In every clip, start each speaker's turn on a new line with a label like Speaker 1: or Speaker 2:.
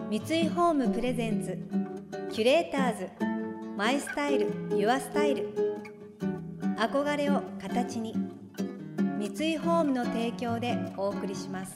Speaker 1: 三井ホームプレゼンツキュレーターズマイスタイルユアスタイル、憧れを形に、三井ホームの提供でお送りします。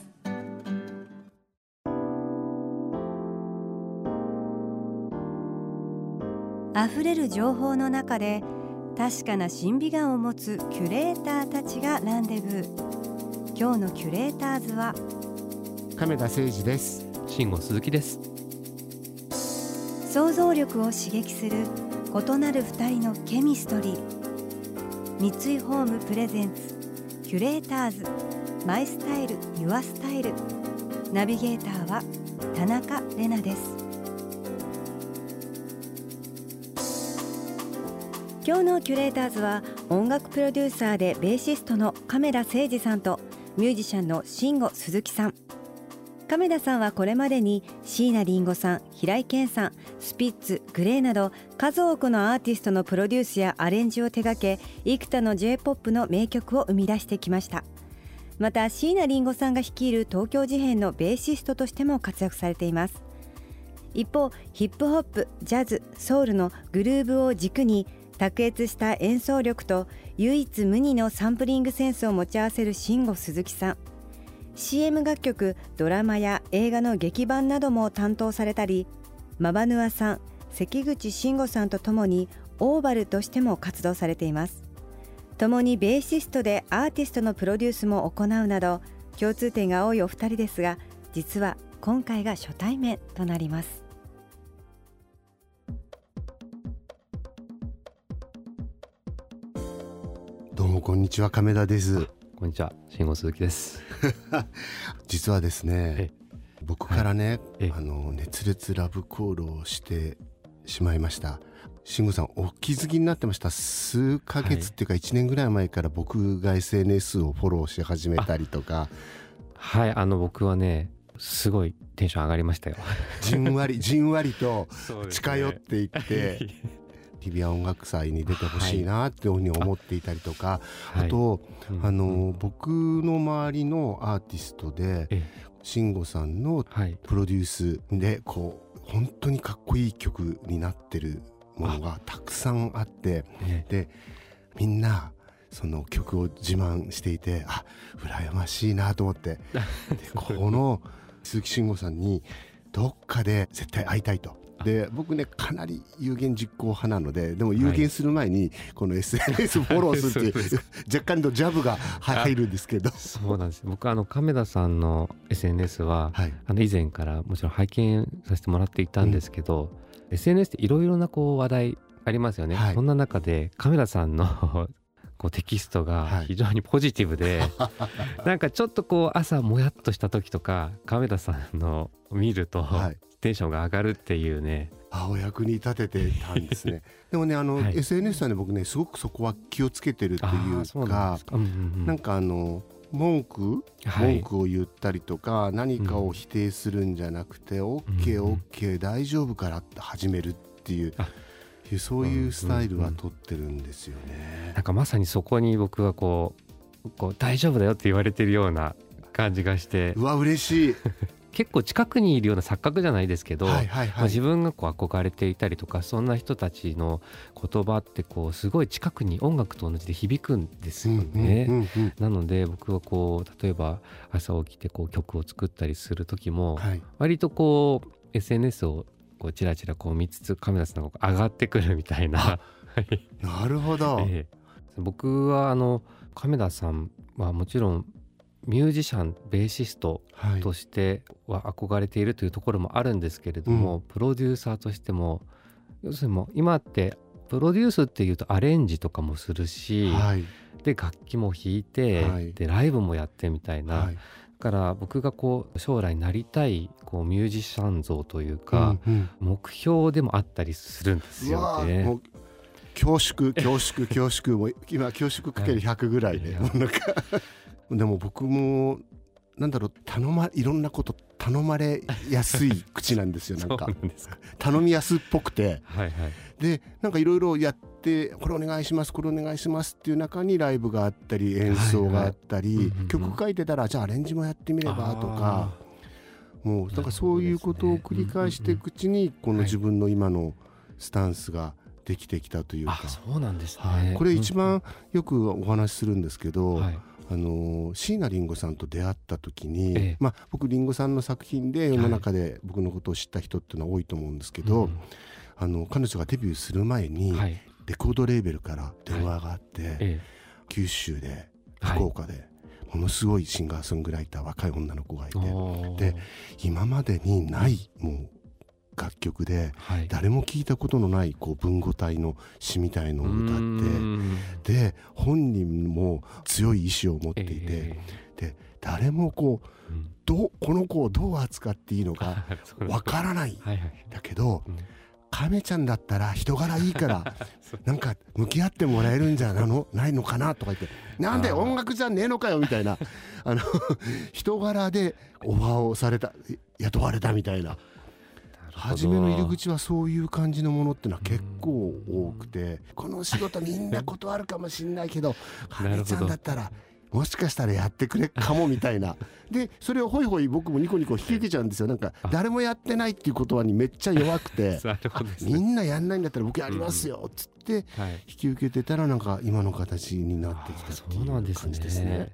Speaker 1: あふれる情報の中で確かな審美眼を持つキュレーターたちがランデブー。今日のキュレーターズは
Speaker 2: 亀田誠二です。
Speaker 3: 慎吾鈴木です。
Speaker 1: 想像力を刺激する異なる二人のケミストリー。三井ホームプレゼンツキュレーターズマイスタイルユアスタイル、ナビゲーターは田中れなです。今日のキュレーターズは音楽プロデューサーでベーシストの亀田誠二さんとミュージシャンの慎吾鈴木さん。亀田さんはこれまでに椎名林檎さん、平井堅さん、スピッツ、グレーなど数多くのアーティストのプロデュースやアレンジを手掛け、幾多の J-POP の名曲を生み出してきました。また椎名林檎さんが率いる東京事変のベーシストとしても活躍されています。一方、ヒップホップ、ジャズ、ソウルのグルーヴを軸に卓越した演奏力と唯一無二のサンプリングセンスを持ち合わせる慎吾鈴木さん。 CM 楽曲、ドラマや映画の劇版なども担当されたり、マバヌアさん、関口慎吾さんとともにオーバルとしても活動されています。共にベーシストでアーティストのプロデュースも行うなど共通点が多いお二人ですが、実は今回が初対面となります。
Speaker 2: どうもこんにちは、亀田です。
Speaker 3: こんにちは、慎吾鈴木です。
Speaker 2: 実はですね、僕からね、
Speaker 3: はい、
Speaker 2: 熱烈ラブコールをしてしまいました。慎吾さんお気づきになってました？数ヶ月っていうか1年ぐらい前から僕が SNS をフォローし始めたりとか。
Speaker 3: はい、僕はねすごいテンション上がりましたよ。
Speaker 2: じんわりと近寄っていって日比谷音楽祭に出てほしいなっていうふうに思っていたりとか、あと、僕の周りのアーティストで慎吾さんのプロデュースでこう本当にかっこいい曲になってるものがたくさんあって、でみんなその曲を自慢していて、羨ましいなと思ってでこの鈴木慎吾さんにどっかで絶対会いたいと。で僕ねかなり有言実行派なので、でも有言する前にこの SNS フォローするっていう若干のジャブが入るんですけど。
Speaker 3: そうなんです。僕亀田さんの SNS は、以前からもちろん拝見させてもらっていたんですけど、SNS っていろいろな話題ありますよね。そんな中で亀田さんのテキストが非常にポジティブで、なんかちょっと朝もやっとした時とか亀田さんの見ると、テンションが上がるっていうね。
Speaker 2: お役に立ててたんですね。でもねSNS はね僕ねすごくそこは気をつけてるっていうか、なんか文句を言ったりとか、何かを否定するんじゃなくて、OK 大丈夫からって始めるっていう、そういうスタイルは取ってるんですよね。
Speaker 3: なんかまさにそこに僕は大丈夫だよって言われてるような感じがして、
Speaker 2: うわ嬉しい。
Speaker 3: 結構近くにいるような錯覚じゃないですけど、自分が憧れていたりとか、そんな人たちの言葉ってすごい近くに音楽と同じで響くんですよね。なので僕は例えば朝起きて曲を作ったりする時も、割とSNS をチラチラ見つつ亀田さんが上がってくるみたいな。
Speaker 2: なるほど。
Speaker 3: 僕は亀田さんはもちろんミュージシャン、ベーシストとしては憧れているというところもあるんですけれども、プロデューサーとしても、要するに今ってプロデュースっていうとアレンジとかもするし、で楽器も弾いて、でライブもやってみたいな、だから僕が将来なりたいミュージシャン像というか、目標でもあったりするんですよね。
Speaker 2: もう恐縮もう今恐縮かける100ぐらいで、でも僕もいろんなこと頼まれやすい口なんですよ。なんか頼みやすっぽくて、でなんかいろいろやってこれお願いしますこれお願いしますっていう中にライブがあったり演奏があったり、曲書いてたらじゃあアレンジもやってみればとか、 もうなんかそういうことを繰り返していくうちにこの自分の今のスタンスができてきたというか、
Speaker 3: そうなんですね、
Speaker 2: はい、これ一番よくお話しするんですけど、椎名林檎さんと出会った時に、僕林檎さんの作品で世の中で僕のことを知った人っていうのは多いと思うんですけど、彼女がデビューする前にレコードレーベルから電話があって、九州で福岡でものすごいシンガーソングライター若い女の子がいて、で今までにないもう楽曲で、誰も聞いたことのないこう文語体の詩みたいのを歌って、で本人も強い意志を持っていて、で誰もこの子をどう扱っていいのかわからないだけど、亀ちゃんだったら人柄いいからなんか向き合ってもらえるんじゃないのかなとか言って、なんで音楽じゃねえのかよみたいな人柄でオファーをされた、雇われたみたいな。初めの入り口はそういう感じのものってのは結構多くて、この仕事みんな断るかもしれないけど亀ちゃんだったらもしかしたらやってくれっかもみたいな。でそれをホイホイ僕もニコニコ引き受けちゃうんですよ。なんか誰もやってないっていう言葉にめっちゃ弱くてみんなやんないんだったら僕やりますよっつって引き受けてたら、なんか今の形になってきたっていう感じですね。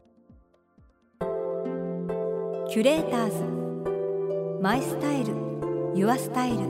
Speaker 1: キュレーターズマイスタイルユアスタイル。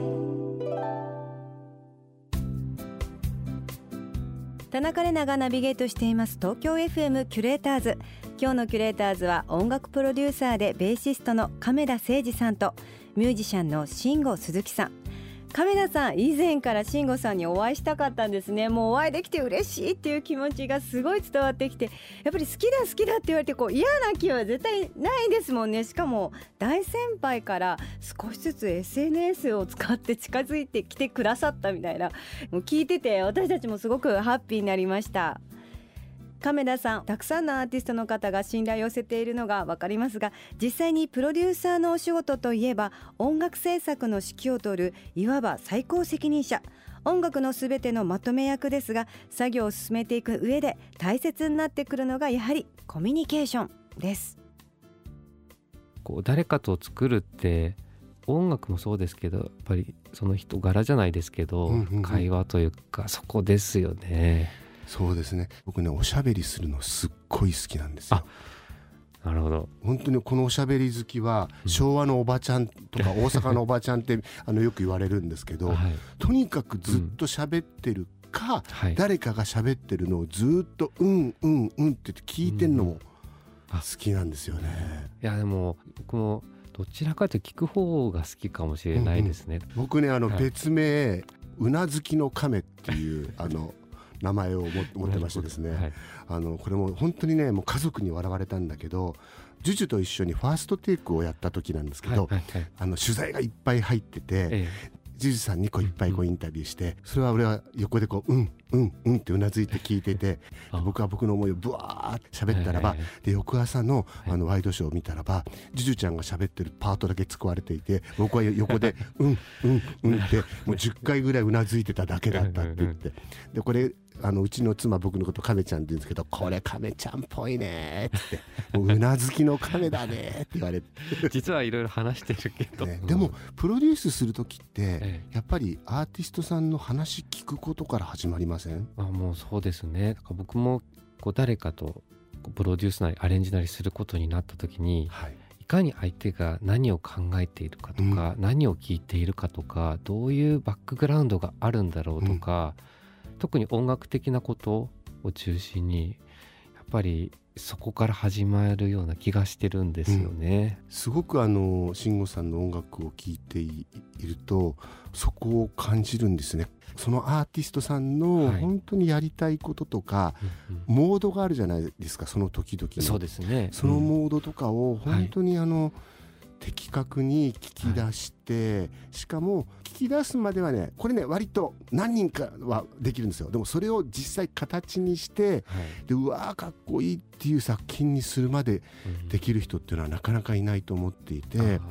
Speaker 1: 田中玲奈がナビゲートしています東京 FM キュレーターズ。今日のキュレーターズは音楽プロデューサーでベーシストの亀田誠治さんとミュージシャンの慎吾鈴木さん。亀田さん以前から慎吾さんにお会いしたかったんですね。もうお会いできて嬉しいっていう気持ちがすごい伝わってきて、やっぱり好きだって言われて嫌な気は絶対ないですもんね。しかも大先輩から少しずつ SNS を使って近づいてきてくださったみたいな、もう聞いてて私たちもすごくハッピーになりました。亀田さん、たくさんのアーティストの方が信頼を寄せているのが分かりますが、実際にプロデューサーのお仕事といえば音楽制作の指揮を執るいわば最高責任者、音楽のすべてのまとめ役ですが、作業を進めていく上で大切になってくるのがやはりコミュニケーションです。
Speaker 3: 誰かと作るって音楽もそうですけど、やっぱりその人柄じゃないですけど、会話というかそこですよね。
Speaker 2: そうですね。僕ねおしゃべりするのすっごい好きなんですよ。
Speaker 3: なるほど。
Speaker 2: 本当にこのおしゃべり好きは昭和のおばちゃんとか大阪のおばちゃんってよく言われるんですけど、とにかくずっと喋ってるか、誰かが喋ってるのをずっとうんって言って聞いてるのも好きなんですよね。
Speaker 3: いやでも僕もどちらかというと聞く方が好きかもしれないですね。
Speaker 2: 僕ね別名うなずきの亀っていう名前を持ってましてですね、これも本当にねもう家族に笑われたんだけど、ジュジュと一緒にファーストテイクをやった時なんですけど、取材がいっぱい入ってて、ジュジュさんにいっぱいインタビューして、それは俺は横でうんってうなずいて聞いてて、僕は僕の思いをブワーって喋ったらば、で翌朝のワイドショーを見たらば、ジュジュちゃんが喋ってるパートだけ使われていて、僕は横でうんってもう10回ぐらいうなずいてただけだったって言って、でこれうちの妻僕のこと亀ちゃんって言うんですけど、これ亀ちゃんっぽいねってもううなずきの亀だねって言われて
Speaker 3: 実はいろいろ話してるけど、
Speaker 2: でもプロデュースする時ってやっぱりアーティストさんの話聞くことから始まりません？
Speaker 3: もうそうですね。僕も誰かとプロデュースなりアレンジなりすることになった時に、いかに相手が何を考えているかとか、何を聞いているかとか、どういうバックグラウンドがあるんだろうとか、特に音楽的なことを中心にやっぱりそこから始まるような気がしてるんですよね。
Speaker 2: すごく慎吾さんの音楽を聴いているとそこを感じるんですね。そのアーティストさんの本当にやりたいこととか、モードがあるじゃないですか、その時々の。
Speaker 3: そうですね。
Speaker 2: そのモードとかを本当に的確に聞き出して、しかも聞き出すまではね、これね割と何人かはできるんですよ。でもそれを実際形にして、でうわーかっこいいっていう作品にするまでできる人っていうのはなかなかいないと思っていて、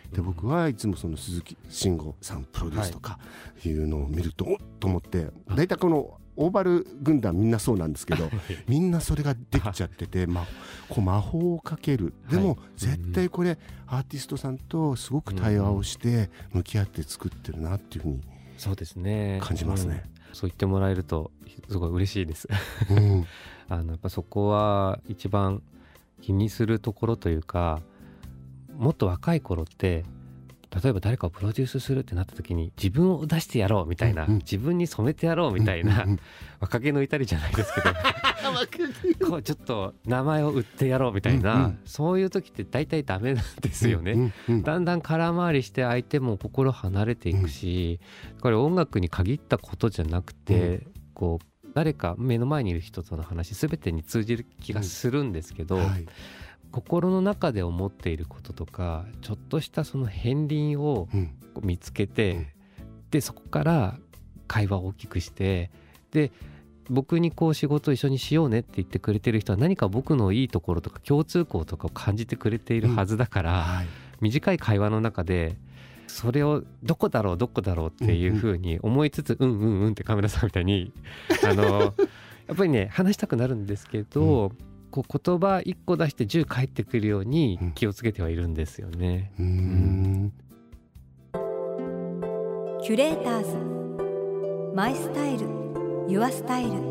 Speaker 2: で僕はいつもその鈴木慎吾さんプロデュースとかいうのを見ると、おっと思って、だいたいこのオーバル軍団みんなそうなんですけどみんなそれができちゃってて、こう魔法をかける、でも絶対これアーティストさんとすごく対話をして向き合って作ってるなっていうふうに
Speaker 3: そうですね、
Speaker 2: 感じますね。
Speaker 3: そう言ってもらえるとすごい嬉しいです、やっぱそこは一番気にするところというか、もっと若い頃って例えば誰かをプロデュースするってなった時に自分を出してやろうみたいな、自分に染めてやろうみたいな、若気の至りじゃないですけどこうちょっと名前を売ってやろうみたいな、そういう時って大体ダメなんですよね、だんだん空回りして相手も心離れていくし、これ音楽に限ったことじゃなくて、こう誰か目の前にいる人との話全てに通じる気がするんですけど、心の中で思っていることとか、ちょっとしたその片鱗を見つけて、でそこから会話を大きくして、で僕にこう仕事を一緒にしようねって言ってくれてる人は何か僕のいいところとか共通項とかを感じてくれているはずだから、短い会話の中でそれをどこだろうっていうふうに思いつつ、ってカメラさんみたいにやっぱりね話したくなるんですけど、こう言葉1個出して10返ってくるように気をつけてはいるんですよね。
Speaker 1: キュレーターズマイスタイルユアスタイル。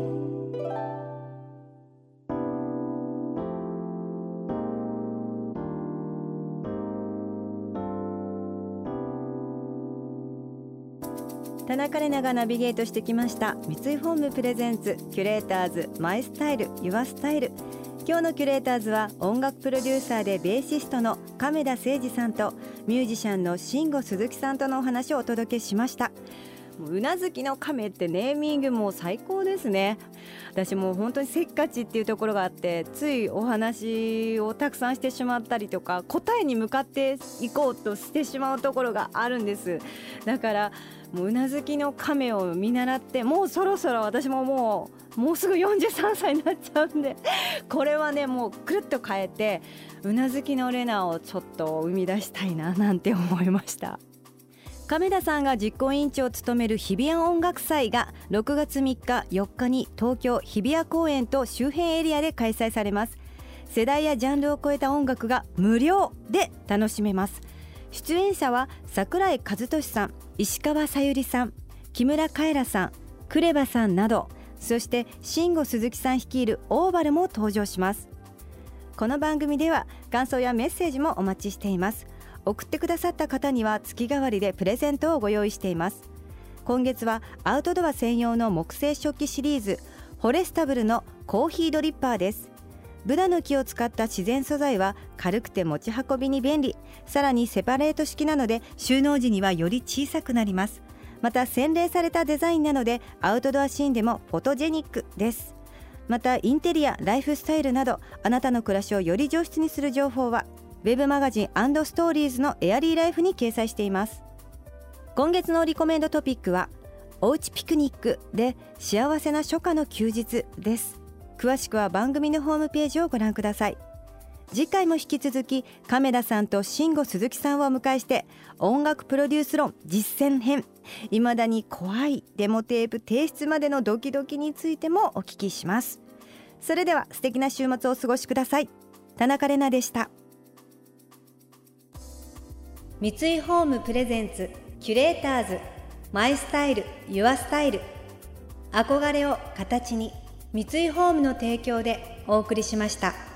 Speaker 1: 田中玲奈がナビゲートしてきました三井ホームプレゼンツキュレーターズマイスタイルユアスタイル。今日のキュレーターズは音楽プロデューサーでベーシストの亀田誠二さんとミュージシャンの慎吾鈴木さんとのお話をお届けしました。うなずきの亀ってネーミングも最高ですね。私もう本当にせっかちっていうところがあって、ついお話をたくさんしてしまったりとか、答えに向かっていこうとしてしまうところがあるんです。だからもううなずきの亀を見習って、もうそろそろ私ももうすぐ43歳になっちゃうんでこれはねもうくるっと変えてうなずきのレナをちょっと生み出したいななんて思いました。亀田さんが実行委員長を務める日比谷音楽祭が6月3日4日に東京日比谷公園と周辺エリアで開催されます。世代やジャンルを超えた音楽が無料で楽しめます。出演者は桜井和寿さん、石川さゆりさん、木村カエラさん、クレバさんなど、そして慎吾鈴木さん率いるオーバルも登場します。この番組では感想やメッセージもお待ちしています。送ってくださった方には月替わりでプレゼントをご用意しています。今月はアウトドア専用の木製食器シリーズフォレスタブルのコーヒードリッパーです。ブナの木を使った自然素材は軽くて持ち運びに便利、さらにセパレート式なので収納時にはより小さくなります。また洗練されたデザインなのでアウトドアシーンでもフォトジェニックです。またインテリア、ライフスタイルなどあなたの暮らしをより上質にする情報はウェブマガジン&ストーリーズのエアリーライフに掲載しています。今月のリコメンドトピックはおうちピクニックで幸せな初夏の休日です。詳しくは番組のホームページをご覧ください。次回も引き続き亀田さんと慎吾鈴木さんをお迎えして音楽プロデュース論実践編、未だに怖いデモテープ提出までのドキドキについてもお聞きします。それでは素敵な週末をお過ごしください。田中玲奈でした。三井ホームプレゼンツキュレーターズマイスタイルユアスタイル。憧れを形に、三井ホームの提供でお送りしました。